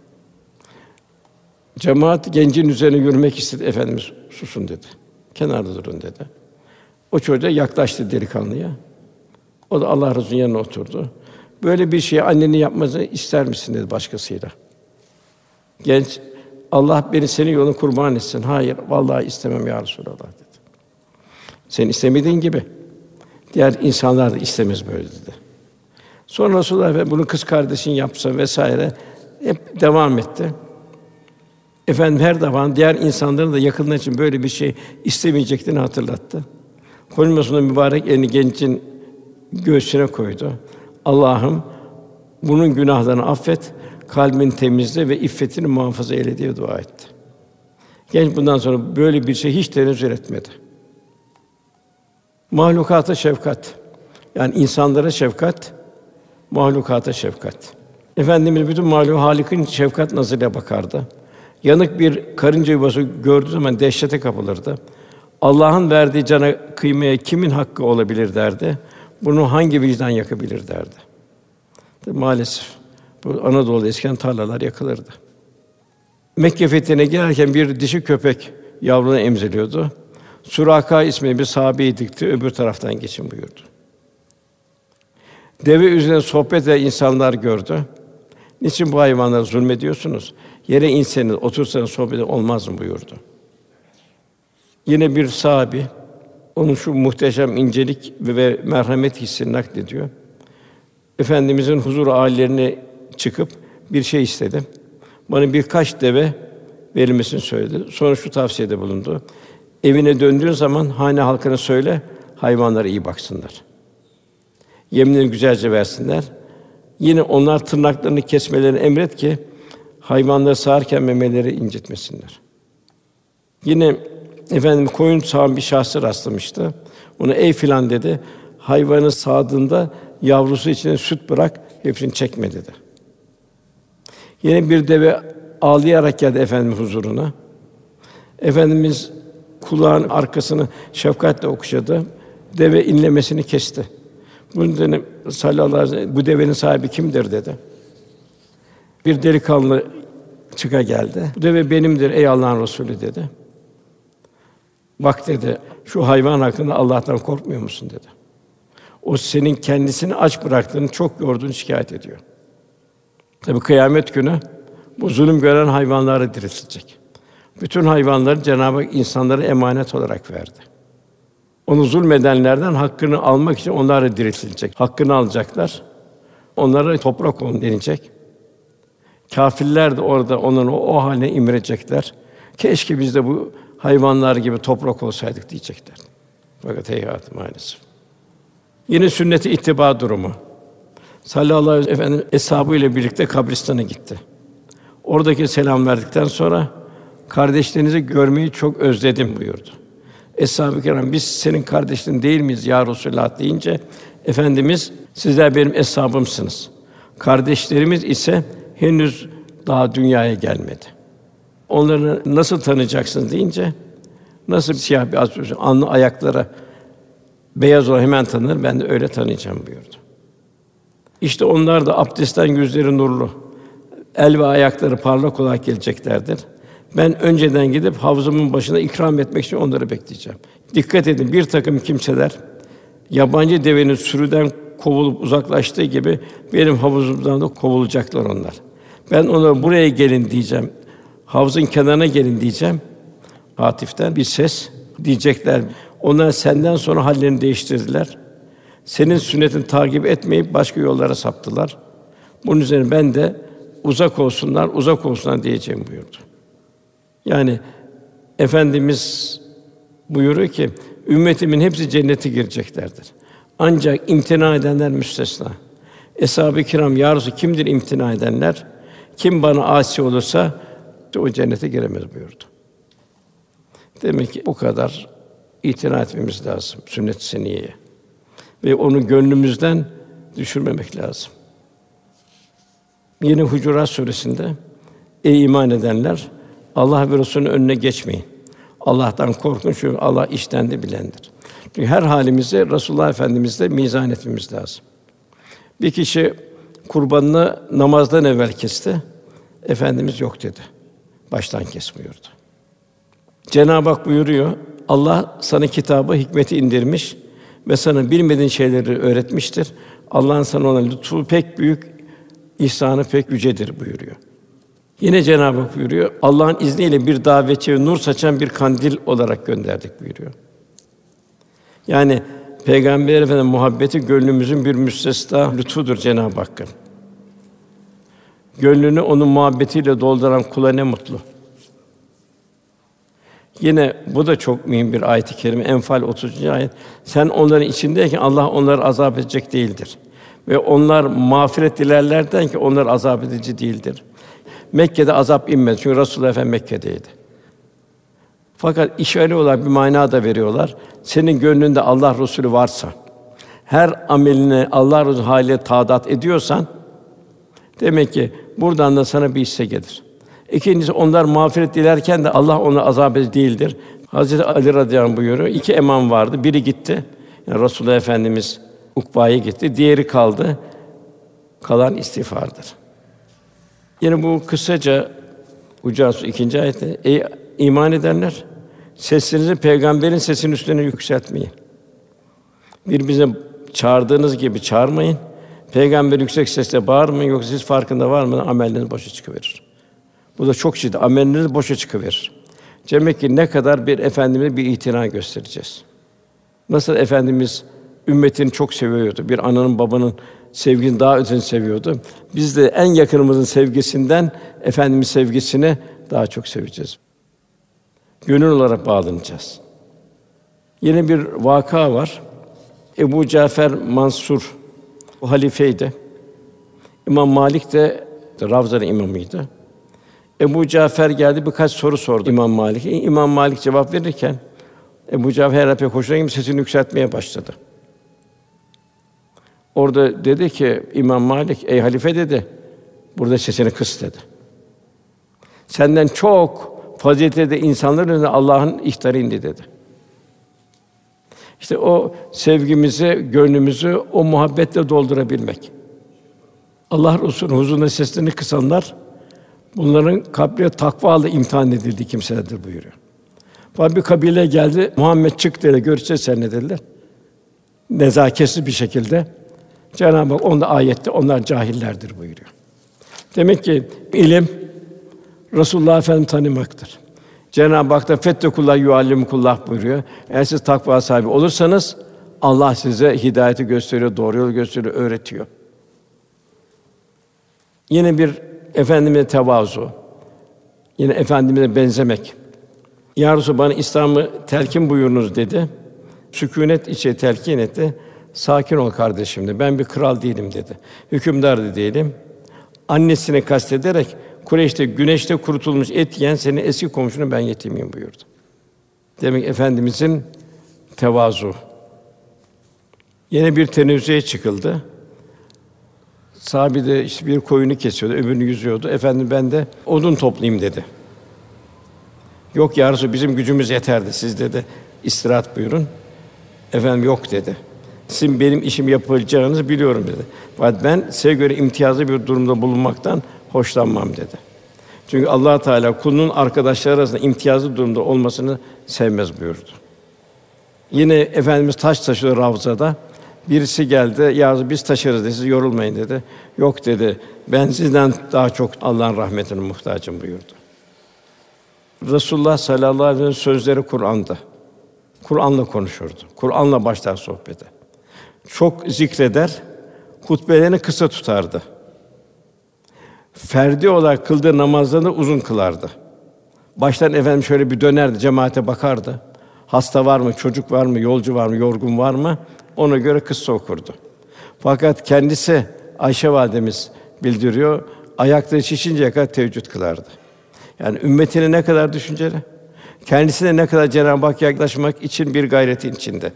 Cemaat gencin üzerine yürümek istedi. Efendimiz "Susun" dedi. "Kenarda durun" dedi. O çocuğa yaklaştı delikanlıya. O da Allah Resulü'nün yanına oturdu. "Böyle bir şeyi annenin yapmasını ister misin?" dedi başkasıyla. Genç, "Allah beni senin yoluna kurban etsin." "Hayır, vallahi istemem ya Resulallah" dedi. "Sen istemediğin gibi diğer insanlar da istemez böyle" dedi. Sonra Resulullah ve bunu kız kardeşin yapsa vesaire hep devam etti. Efendim her defa diğer insanların da yakınları için böyle bir şey istemeyeceklerini hatırlattı. Konuşmasında mübarek elini gencin göğsüne koydu. "Allah'ım bunun günahlarını affet, kalbini temizle ve iffetini muhafaza eyle" diye dua etti. Genç bundan sonra böyle bir şey hiç tenezzül etmedi. Mahlukata şefkat. Yani insanlara şefkat, mahlukata şefkat. Efendimiz bütün mahluka Halik'in şefkat nazarıyla bakardı. Yanık bir karınca yuvası gördüğü zaman dehşete kapılırdı. Allah'ın verdiği cana kıymaya kimin hakkı olabilir derdi. Bunu hangi vicdan yakabilir derdi. Maalesef bu Anadolu'da eskiden tarlalar yakılırdı. Mekke fethine girerken bir dişi köpek yavrunu emziriyordu. Suraka isminde bir sahabeyi dikti, öbür taraftan geçin buyurdu. Deve üzerine sohbet eden insanlar gördü. "Niçin bu hayvanlara zulmediyorsunuz? Yere inseniz, otursanız sohbet olmaz mı?" buyurdu. Yine bir sahabi, onun şu muhteşem incelik ve merhamet hissini naklediyor. Efendimizin huzur âlilerine çıkıp bir şey istedi. Bana birkaç deve verilmesini söyledi. Sonra şu tavsiyede bulundu. "Evine döndüğün zaman hane halkına söyle, hayvanlara iyi baksınlar. Yemlerini güzelce versinler. Yine onlar tırnaklarını kesmelerini emret ki hayvanları sağarken memeleri incitmesinler. Yine koyun sağan bir şahsı rastlamıştı. Ona ey filan dedi. Hayvanı sağdığında yavrusu içine süt bırak, hepsini çekme dedi. Yine bir deve ağlayarak geldi Efendimiz huzuruna. Efendimiz kulağın arkasını şefkatle okşadı. Deve inlemesini kesti. Bunun üzerine sallallahu aleyhi ve sellem, bu devenin sahibi kimdir dedi. Bir delikanlı çıka geldi. Bu deve benimdir ey Allah'ın Resulü dedi. Bak dedi, şu hayvan hakkında Allah'tan korkmuyor musun dedi. O senin kendisini aç bıraktığını, çok yorduğunu şikâyet ediyor. Tabii kıyamet günü bu zulüm gören hayvanları diriltilecek. Bütün hayvanları Cenab-ı Hak insanlara emanet olarak verdi. Onu zulmedenlerden hakkını almak için onlar diriltilecek. Hakkını alacaklar. Onlara toprak olun denilecek. Kâfirler de orada onların o haline imrenecekler. Keşke biz de bu hayvanlar gibi toprak olsaydık diyecekler. Fakat heyhat maalesef. Yine sünnet-i ittiba durumu. Sallallahu aleyhi ve sellem eshabıyla birlikte kabristana gitti. Oradaki selam verdikten sonra kardeşlerinizi görmeyi çok özledim buyurdu. Eshab-ı kiram biz senin kardeşin değil miyiz ya Resulullah deyince Efendimiz sizler benim eshabımsınız. Kardeşlerimiz ise henüz daha dünyaya gelmedi. Onları nasıl tanıyacaksınız deyince nasıl siyah bir atmış alnı ayaklara beyaz olan hemen tanınır. Ben de öyle tanıyacağım buyurdu. İşte onlar da abdestten yüzleri nurlu, el ve ayakları parlak olarak geleceklerdir. Ben önceden gidip havzımın başına ikram etmek için onları bekleyeceğim. Dikkat edin, bir takım kimseler yabancı devenin sürüden kovulup uzaklaştığı gibi benim havuzumdan da kovulacaklar onlar. Ben onlara buraya gelin diyeceğim. Havzın kenarına gelin diyeceğim. Hatiften bir ses diyecekler. Onlar senden sonra hallerini değiştirdiler. Senin sünnetini takip etmeyip başka yollara saptılar. Bunun üzerine ben de uzak olsunlar diyeceğim buyurdu. Yani Efendimiz buyuruyor ki ümmetimin hepsi cennete gireceklerdir. Ancak imtina edenler müstesna. Eshab-ı kiram ya Resulallah, kimdir imtina edenler? Kim bana asi olursa o cennete giremez buyurdu. Demek ki bu kadar itina etmemiz lazım sünnet-i seniyeye ve onu gönlümüzden düşürmemek lazım. Yine Hucurat Suresi'nde ey iman edenler Allah ve Resulü'nün önüne geçmeyin. Allah'tan korkun çünkü Allah işten de bilendir. Çünkü her halimizi Resulullah Efendimizle mizan etmemiz lazım. Bir kişi kurbanını namazdan evvel kesti. Efendimiz yok dedi. Baştan kes buyurdu. Cenab-ı Hak buyuruyor. Allah sana kitabı, hikmeti indirmiş ve sana bilmediğin şeyleri öğretmiştir. Allah'ın sana olan lütfu pek büyük, ihsanı pek yücedir buyuruyor. Yine Cenab-ı Hak buyuruyor. Allah'ın izniyle bir davetçi ve nur saçan bir kandil olarak gönderdik buyuruyor. Yani Peygamber Efendimiz muhabbeti gönlümüzün bir müstesna lütfudur Cenab-ı Hakk'ın. Gönlünü onun muhabbetiyle dolduran kula ne mutlu. Yine bu da çok mühim bir ayet-i kerime. Enfal 30. ayet. Sen onların içindeyken Allah onları azap edecek değildir. Ve onlar mağfiret dilerlerden ki onlar azap edici değildir. Mekke'de azap inmedi çünkü Resulullah Efendimiz Mekke'deydi. Fakat işare olarak bir mana da veriyorlar. Senin gönlünde Allah Resulü varsa, her ameline Allah Resulü hâliyle taadat ediyorsan, demek ki buradan da sana bir hisse gelir. İkincisi, onlar mağfiret dilerken de Allah ona azap edici değildir. Hazreti Ali radıyallahu anh buyuruyor. 2 emam vardı. Biri gitti. Yani Resulullah Efendimiz Ukba'ya gitti. Diğeri kaldı. Kalan istiğfardır. Yine bu kısaca Hucurat Suresi 2. ayette ey iman edenler seslerinizi peygamberin sesinin üstüne yükseltmeyin. Birbirinize çağırdığınız gibi çağırmayın. Peygamber yüksek sesle bağırmayın yoksa siz farkında varmadan amelleriniz boşa çıkıverir. Bu da çok ciddi. Amelleriniz boşa çıkıverir. Demek ki ne kadar bir Efendimiz'e bir itina göstereceğiz. Nasıl Efendimiz ümmetini çok seviyordu. Bir ananın babanın sevgisini daha ötesini seviyordu. Biz de en yakınımızın sevgisinden Efendimiz sevgisini daha çok seveceğiz. Gönül olarak bağlanacağız. Yine bir vaka var. Ebu Cafer Mansur o halifeydi. İmam Malik de Ravza'nın imamıydı. Ebu Cafer geldi, birkaç soru sordu İmam Malik'e. İmam Malik cevap verirken Ebu Cafer herhalde pek hoşuna gitmiş, sesini yükseltmeye başladı. Orada dedi ki İmam Malik, ey halife dedi, burada sesini kıs dedi. Senden çok faziletli insanların önünde Allah'ın ihtarı indi dedi. İşte o sevgimizi, gönlümüzü o muhabbetle doldurabilmek. Allah Resulü'nün huzurunda seslerini kısanlar, bunların kalpleri takvayla imtihan edildiği kimselerdir buyuruyor. Fakat bir kabile geldi, Muhammed çık dedi, görüşeceğiz seninle dediler. Nezaketsiz bir şekilde Cenab-ı Hak onda ayette onlar cahillerdir buyuruyor. Demek ki ilim Resulullah Efendimizi tanımaktır. Cenab-ı Hak da fettekullah yuallimukullah buyuruyor. Eğer siz takva sahibi olursanız Allah size hidayeti gösteriyor, doğru yolu gösteriyor, öğretiyor. Yine bir Efendimiz'e tevazu, yine Efendimiz'e benzemek. Ya Resulallah bana İslam'ı telkin buyurunuz dedi. Sükûnet içe telkin etti. Sakin ol kardeşim dedi. Ben bir kral değilim dedi. Hükümdar da değilim. Annesini kastederek Kureyş'te güneşte kurutulmuş et yiyen senin eski komşunu ben yetimiyim buyurdu. Demek Efendimizin tevazu. Yine bir tenezzühe çıkıldı. Sahabe de işte bir koyunu kesiyordu, öbürünü yüzüyordu. Efendim ben de odun toplayayım dedi. Yok ya Resulallah bizim gücümüz yeterdi. Siz dedi istirahat buyurun. Efendim yok dedi. Sizin benim işim yapacağınızı biliyorum dedi. Fakat ben size göre imtiyazlı bir durumda bulunmaktan hoşlanmam dedi. Çünkü Allah Teala kulunun arkadaşları arasında imtiyazlı durumda olmasını sevmez buyurdu. Yine Efendimiz taş taşıyor Ravza'da. Birisi geldi, ya Rabbi biz taşırız dedi, siz yorulmayın dedi. Yok dedi, ben sizden daha çok Allah'ın rahmetine muhtacım buyurdu. Resulullah sallallahu aleyhi ve sellem sözleri Kur'an'da. Kur'an'la konuşurdu. Kur'an'la başlar sohbete. Çok zikreder, hutbelerini kısa tutardı. Ferdi olarak kıldığı namazlarını uzun kılardı. Baştan efendim şöyle bir dönerdi, cemaate bakardı. Hasta var mı, çocuk var mı, yolcu var mı, yorgun var mı? Ona göre kıssa okurdu. Fakat kendisi Ayşe validemiz bildiriyor, ayakları şişinceye kadar teheccüd kılardı. Yani ümmetine ne kadar düşünceli, kendisine ne kadar Cenab-ı Hak yaklaşmak için bir gayretin içinde.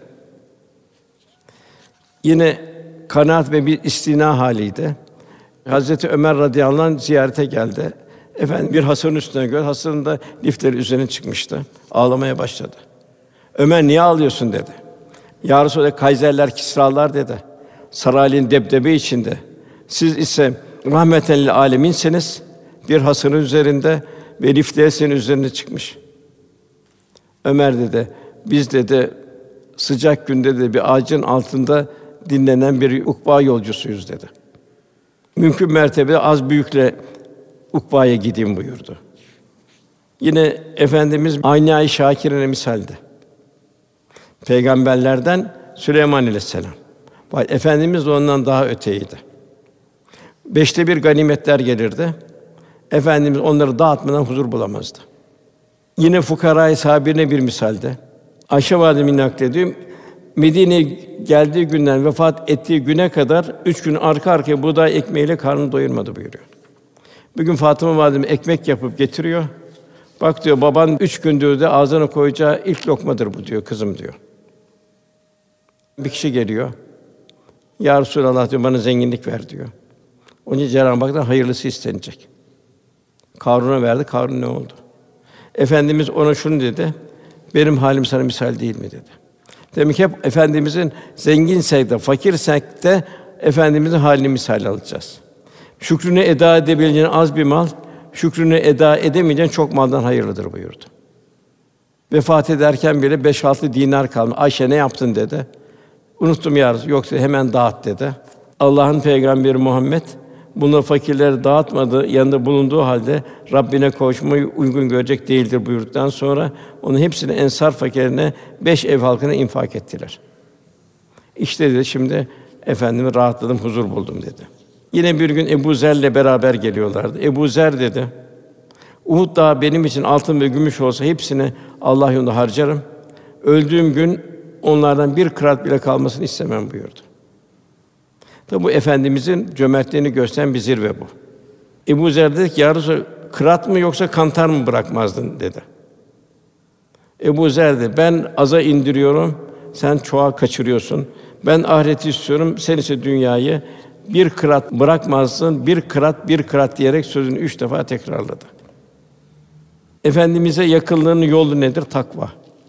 Yine kanaat ve bir istina haliydi. Hazreti Ömer radıyallahu anh ziyarete geldi. Efendim bir hastanın üstüne gördü. Hastanın da lifleri üzerine çıkmıştı. Ağlamaya başladı. Ömer niye ağlıyorsun dedi. Ya Resulallah Kayserler, Kisralar dedi. Sarayın debdebe içinde. Siz ise rahmeten lil aleminsiniz. Bir hastanın üzerinde ve lifleri senin üzerine çıkmış. Ömer dedi, biz dedi sıcak günde de bir ağacın altında dinlenen bir ukba yolcusuyuz dedi. Mümkün mertebe az büyükle ukbaya gideyim buyurdu. Yine Efendimiz Ayna-i Şakirine misaldi. Peygamberlerden Süleyman Aleyhisselam. Efendimiz de ondan daha öteydi. 5'te 1 ganimetler gelirdi. Efendimiz onları dağıtmadan huzur bulamazdı. Yine fukara-i sabirine bir misalde. Ayşe validemiz naklediyor. Medine'ye geldiği günden vefat ettiği güne kadar 3 gün arka arkaya buğday ekmeğiyle karnını doyurmadı buyuruyor. Bir gün Fatıma validemiz ekmek yapıp getiriyor. Bak diyor, baban 3 gündür de ağzına koyacağı ilk lokmadır bu diyor, kızım diyor. Bir kişi geliyor. Ya Resulallah diyor, bana zenginlik ver diyor. Onun için Cenab-ı Hak'tan hayırlısı istenecek. Karun'a verdi, Karun ne oldu? Efendimiz ona şunu dedi, benim halim sana misal değil mi dedi. Demek ki hep Efendimizin zenginsek de, fakirsek de Efendimizin halini misal alacağız. Şükrünü eda edebileceğin az bir mal, şükrünü eda edemeyeceğin çok maldan hayırlıdır buyurdu. Vefat ederken bile 5-6 dinar kalmış. Ayşe ne yaptın dedi. Unuttum ya Resulallah. Yok dedi, hemen dağıt dedi. Allah'ın peygamberi Muhammed bunu fakirlere dağıtmadı, yanında bulunduğu halde Rabbine kavuşmayı uygun görecek değildir buyurduktan sonra onun hepsini ensar fakirlerine 5 ev halkına infak ettiler. İşte dedi şimdi efendime rahatladım, huzur buldum dedi. Yine bir gün Ebu Zer'le beraber geliyorlardı. Ebu Zer dedi, Uhud dağı benim için altın ve gümüş olsa hepsini Allah yolunda harcarım. Öldüğüm gün onlardan bir kıraat bile kalmasını istemem buyurdu. Tabi bu Efendimizin cömertliğini gösteren bir zirve bu. Ebu Zer dedi ki, ya Resulallah, kıraat mı yoksa kantar mı bırakmazdın dedi. Ebu Zer dedi, ben aza indiriyorum, sen çoğa kaçırıyorsun. Ben ahireti istiyorum, sen ise dünyayı. Bir kıraat bırakmazsın, bir kıraat diyerek sözünü 3 defa tekrarladı. Efendimiz'e yakınlığın yolu nedir? Takva.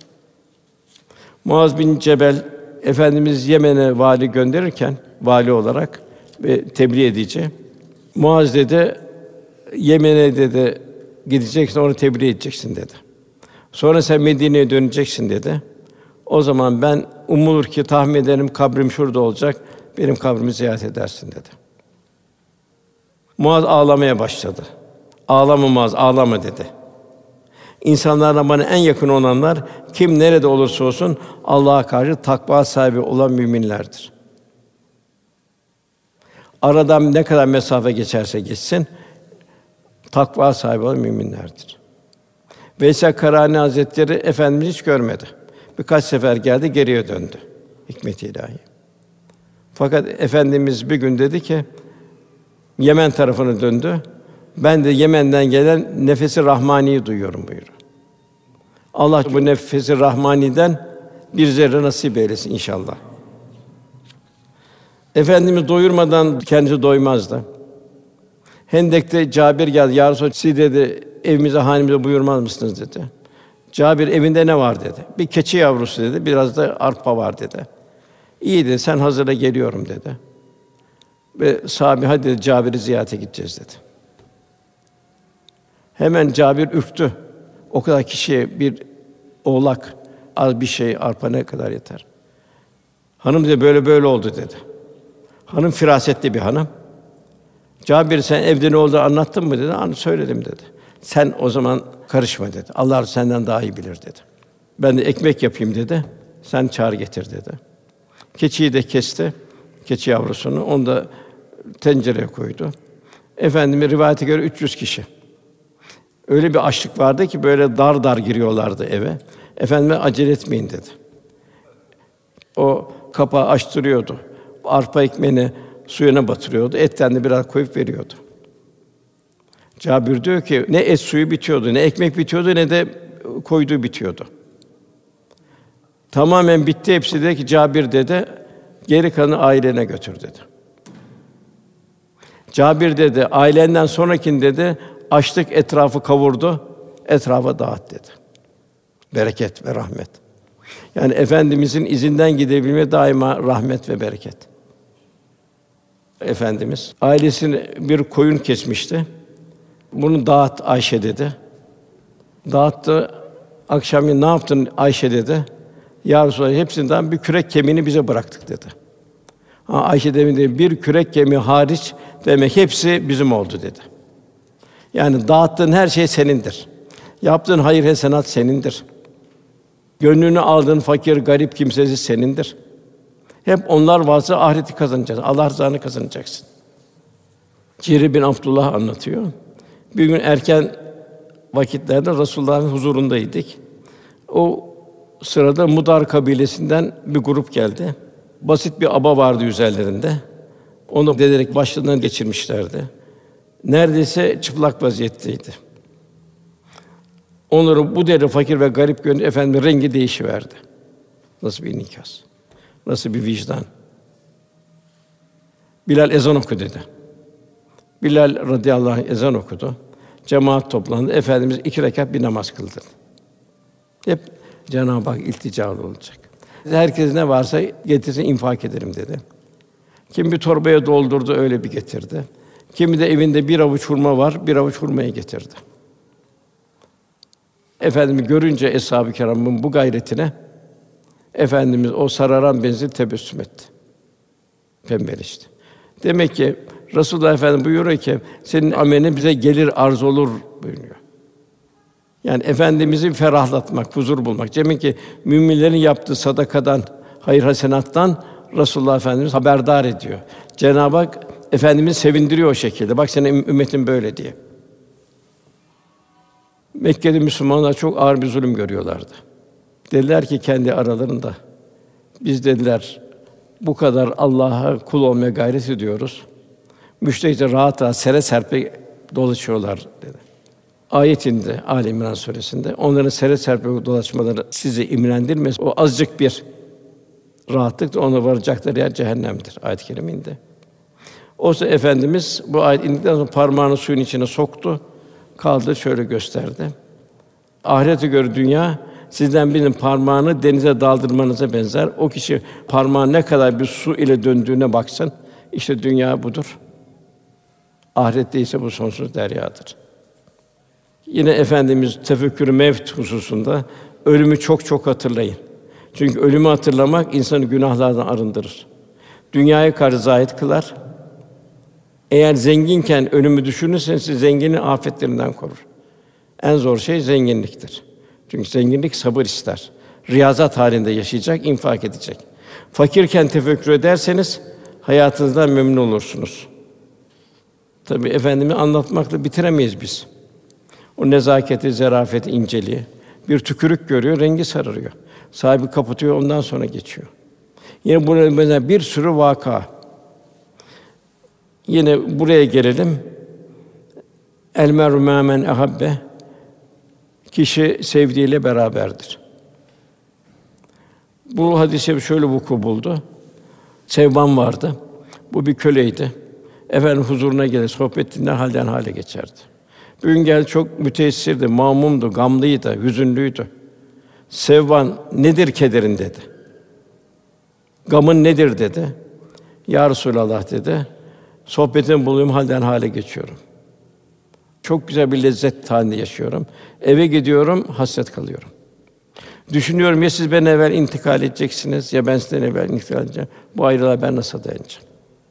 Muaz bin Cebel, Efendimiz Yemen'e vali gönderirken, vali olarak ve tebliğ edici, Muaz dedi, Yemen'e dedi, gideceksin, onu tebliğ edeceksin dedi. Sonra sen Medine'ye döneceksin dedi. O zaman ben umulur ki tahmin ederim kabrim şurada olacak, benim kabrimi ziyaret edersin dedi. Muaz ağlamaya başladı. Ağlama Muaz, ağlama dedi. İnsanlardan bana en yakın olanlar kim nerede olursa olsun Allah'a karşı takva sahibi olan müminlerdir. Aradan ne kadar mesafe geçerse geçsin takva sahibi olan müminlerdir. Veysel Karani Hazretleri Efendimiz hiç görmedi. Birkaç sefer geldi, geriye döndü. Hikmet-i ilahi. Fakat Efendimiz bir gün dedi ki, Yemen tarafına döndü. Ben de Yemen'den gelen nefesi rahmaniyi duyuyorum buyuruyor. Allah bu nefesi rahmaniden bir zerre nasip eylesin inşallah. Efendimiz doyurmadan kendisi doymazdı. Hendek'te Cabir geldi. Ya Resulallah, siz dedi evimize, hanemize buyurmaz mısınız dedi. Cabir, evinde ne var dedi. Bir keçi yavrusu dedi, biraz da arpa var dedi. İyi dedi, sen hazırla geliyorum dedi. Ve sahabe, hadi dedi, Cabir'i ziyarete gideceğiz dedi. Hemen Cabir ürktü. O kadar kişiye bir oğlak, az bir şey, arpa ne kadar yeter? Hanım dedi, böyle oldu dedi. Hanım firasetli bir hanım. Cabir, sen evde ne olduğunu anlattın mı dedi. Söyledim dedi. Sen o zaman karışma dedi. Allah senden daha iyi bilir dedi. Ben de ekmek yapayım dedi. Sen çağır getir dedi. Keçiyi de kesti, keçi yavrusunu. Onu da tencereye koydu. Efendimiz rivayete göre 300 kişi. Öyle bir açlık vardı ki böyle dar giriyorlardı eve. Efendimiz acele etmeyin dedi. O kapağı açtırıyordu. Arpa ekmeğini suyuna batırıyordu. Etten de biraz koyup veriyordu. Cabir diyor ki ne et suyu bitiyordu, ne ekmek bitiyordu, ne de koyduğu bitiyordu. Tamamen bitti hepsi dedi ki Cabir dedi, geri kalanı ailene götür dedi. Cabir dedi, ailenden sonrakini dedi, açlık etrafı kavurdu, etrafa dağıt dedi. Bereket ve rahmet. Yani Efendimizin izinden gidebilme daima rahmet ve bereket. Efendimiz ailesine bir koyun kesmişti. Bunu dağıt Ayşe dedi. Dağıttı. Akşamleyin ne yaptın Ayşe dedi. Ya Resulallah, hepsinden bir kürek kemiğini bize bıraktık dedi. Ayşe dedi, bir kürek kemiği hariç demek hepsi bizim oldu dedi. Yani dağıttığın her şey senindir. Yaptığın hayır hasenat senindir. Gönlünü aldığın fakir, garip kimsesi senindir. Hep onlar vasıtasıyla ahireti kazanacaksın. Allah rızasını kazanacaksın. Cirir bin Abdullah anlatıyor. Bir gün erken vakitlerde Resulullah'ın huzurundaydık. O sırada Mudar kabilesinden bir grup geldi. Basit bir aba vardı üzerlerinde. Onu dederek başlarından geçirmişlerdi. Neredeyse çıplak vaziyetteydi. Onları bu derece fakir ve garip görünce Efendimiz rengi değişiverdi. Nasıl bir inikas, nasıl bir vicdan. Bilal ezan oku dedi. Bilal radıyallahu anh ezan okudu. Cemaat toplandı. Efendimiz 2 rekat bir namaz kıldı. Hep Cenab-ı Hak ilticalı olacak. Herkes ne varsa getirsin infak ederim dedi. Kim bir torbaya doldurdu öyle bir getirdi. Kimi de evinde bir avuç hurma var, bir avuç hurmayı getirdi. Efendimiz görünce eshab-ı kiramın bu gayretine Efendimiz o sararan benzin tebessüm etti. Pembeleşti. Demek ki Resulullah Efendimiz buyuruyor ki senin amelin bize gelir arz olur buyuruyor. Yani Efendimiz'i ferahlatmak, huzur bulmak. Demek ki müminlerin yaptığı sadakadan, hayır hasenattan Resulullah Efendimiz haberdar ediyor. Cenab-ı Hak Efendimiz sevindiriyor o şekilde. Bak senin ümmetin böyle diye. Mekke'de Müslümanlar çok ağır bir zulüm görüyorlardı. Dediler ki kendi aralarında Biz dediler, bu kadar Allah'a kul olmaya gayret ediyoruz. Müşterikler rahat rahat sere serpe dolaşıyorlar dedi. Ayet indi Ali İmran suresinde. Onların sere serpe dolaşmaları sizi imrendirmez. O azıcık bir rahatlık, ona varacakları yer cehennemdir. Ayet-i kerime indi. Oysa Efendimiz bu ayet indikten sonra parmağını suyun içine soktu, kaldı şöyle gösterdi. Ahirete göre dünya sizden birinin parmağını denize daldırmanıza benzer. O kişi parmağın ne kadar bir su ile döndüğüne baksın. İşte dünya budur. Ahirette ise bu sonsuz deryadır. Yine Efendimiz tefekkür-ü mevt hususunda ölümü çok çok hatırlayın. Çünkü ölümü hatırlamak insanı günahlardan arındırır. Dünyaya karşı zahid kılar. Eğer zenginken ölümü düşünürseniz sizi zenginin afetlerinden korur. En zor şey zenginliktir. Çünkü zenginlik sabır ister. Riyazat halinde yaşayacak, infak edecek. Fakirken tefekkür ederseniz hayatınızdan memnun olursunuz. Tabii Efendim'i anlatmakla bitiremeyiz biz. O nezaketi, zarafeti, inceliği. Bir tükürük görüyor, rengi sararıyor. Sahibi kapatıyor, ondan sonra geçiyor. Yine burada mesela bir sürü vaka. Yine buraya gelelim. El meru mâ men ahabbe. Kişi sevdiğiyle beraberdir. Bu hadis-i şöyle vuku buldu. Sevban vardı. Bu bir köleydi. Efendim huzuruna gelir, sohbet dinler, halden hale geçerdi. Bir gün geldi, çok müteessirdi, mağmumdu, gamlıydı, hüzünlüydü. Sevban, nedir kederin dedi. Gamın nedir dedi. Ya Resulallah dedi. Sohbetin buluyorum, halden hale geçiyorum. Çok güzel bir lezzet halinde yaşıyorum. Eve gidiyorum, hasret kalıyorum. Düşünüyorum, ya siz benden evvel intikal edeceksiniz, ya ben sizden evvel intikal edeceğim. Bu ayrılığa ben nasıl dayanacağım?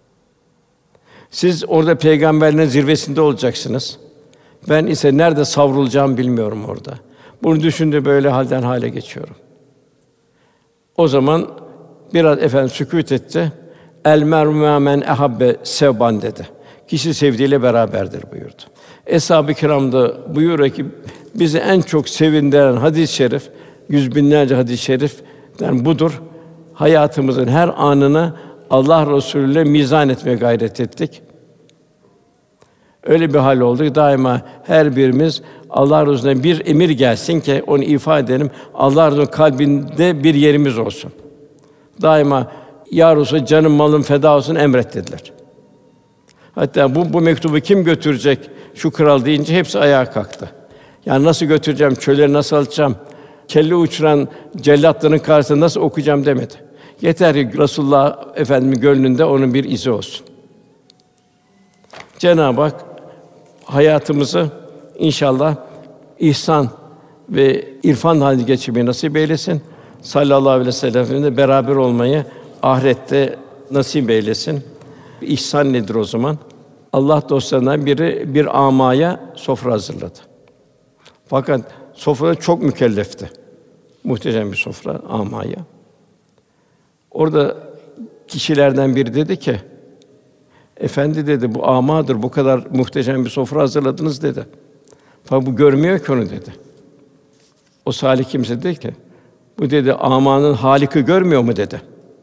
Siz orada peygamberlerin zirvesinde olacaksınız. Ben ise nerede savrulacağımı bilmiyorum orada. Bunu düşündüğümde böyle halden hale geçiyorum. O zaman biraz efendim sükût etti. El mer'u mâ men ahabbe sevban dedi. Kişi sevdiğiyle beraberdir buyurdu. Eshab-ı Kiram da buyuruyor ki bizi en çok sevindiren hadis-i şerif, yüz binlerce hadis-i şeriften budur. Hayatımızın her anını Allah Resulü ile mizan etmeye gayret ettik. Öyle bir hal oldu ki daima her birimiz Allah Resulü'nden bir emir gelsin ki onu ifade edelim. Allah Resulü'nün kalbinde bir yerimiz olsun. Daima ya Resulallah canım malım feda olsun emret dediler. Hatta bu mektubu kim götürecek şu kral deyince hepsi ayağa kalktı. Yani nasıl götüreceğim, çölleri nasıl alacağım, kelle uçuran cellatların karşısında nasıl okuyacağım demedi. Yeter ki Resulullah Efendimiz gönlünde onun bir izi olsun. Cenab-ı Hak hayatımızı inşallah ihsan ve irfan haline geçirmeyi nasip eylesin. Sallallahu aleyhi ve sellem'le beraber olmayı ahirette nasip eylesin. İhsan nedir o zaman? Allah dostlarından biri bir amaya sofra hazırladı. Fakat sofra çok mükellefti. Muhteşem bir sofra amaya. Orada kişilerden biri dedi ki, Efendi dedi, bu amadır, bu kadar muhteşem bir sofra hazırladınız dedi. Fakat bu görmüyor ki onu dedi. O salih kimse dedi ki, bu dedi amanın Halik'i görmüyor mu dedi.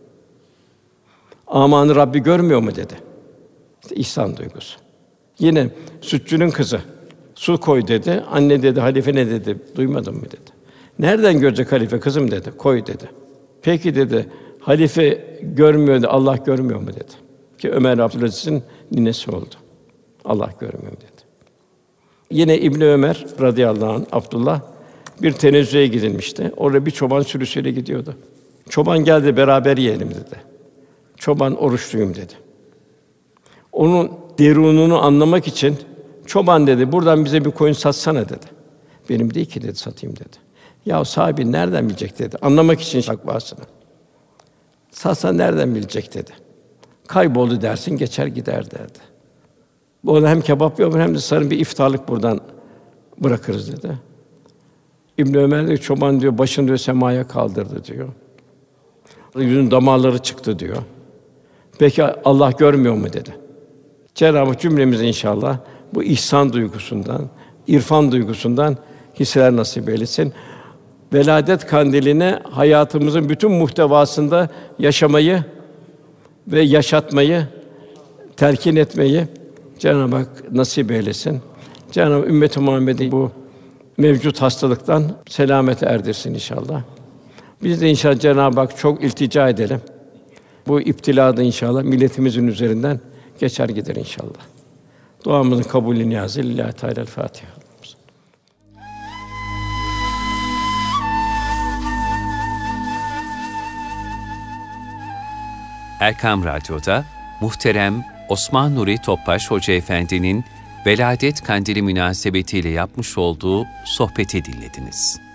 Amanın Rabbi görmüyor mu dedi. İşte ihsan duygusu. Yine sütçünün kızı su koy dedi. Anne dedi, halife ne dedi? Duymadın mı dedi. Nereden görecek halife kızım dedi. Koy dedi. Peki dedi, halife görmüyor, Allah görmüyor mu dedi. Ki Ömer Abdülaziz'in ninesi oldu. Allah görmüyor dedi. Yine İbn Ömer radıyallahu anh Abdullah bir tenezzühe gidilmişti. Orada bir çoban sürüsüyle gidiyordu. Çoban geldi beraber yiyelim dedi. Çoban oruçluyum dedi. Onun derununu anlamak için çoban dedi buradan bize bir koyun satsana dedi. Benim değil ki dedi satayım dedi. Ya sahibi nereden bilecek dedi. Anlamak için şakvasını. Satsan nereden bilecek dedi. Kayboldu dersin geçer gider derdi. Bu ona hem kebap yapar hem de sana bir iftarlık buradan bırakırız dedi. İbn Ömer diyor çoban diyor başını diyor semaya kaldırdı diyor. Yüzünün damarları çıktı diyor. Peki Allah görmüyor mu dedi. Cenab-ı Hak cümlemize inşallah bu ihsan duygusundan, irfan duygusundan hisseler nasip eylesin. veladet kandilini hayatımızın bütün muhtevasında yaşamayı ve yaşatmayı, telkin etmeyi Cenab-ı Hak nasip eylesin. Cenab-ı Hak ümmet-i Muhammed'i bu mevcut hastalıktan selamete erdirsin inşallah. Biz de inşallah Cenab-ı Hak çok iltica edelim. Bu iptila da inşallah milletimizin üzerinden geçer gider inşallah. Duamızın kabulü niyazı lillahi Teala'l-Fâtiha. Erkam Radyo'da muhterem Osman Nuri Topbaş Hoca Efendi'nin Veladet Kandili münasebetiyle yapmış olduğu sohbeti dinlediniz.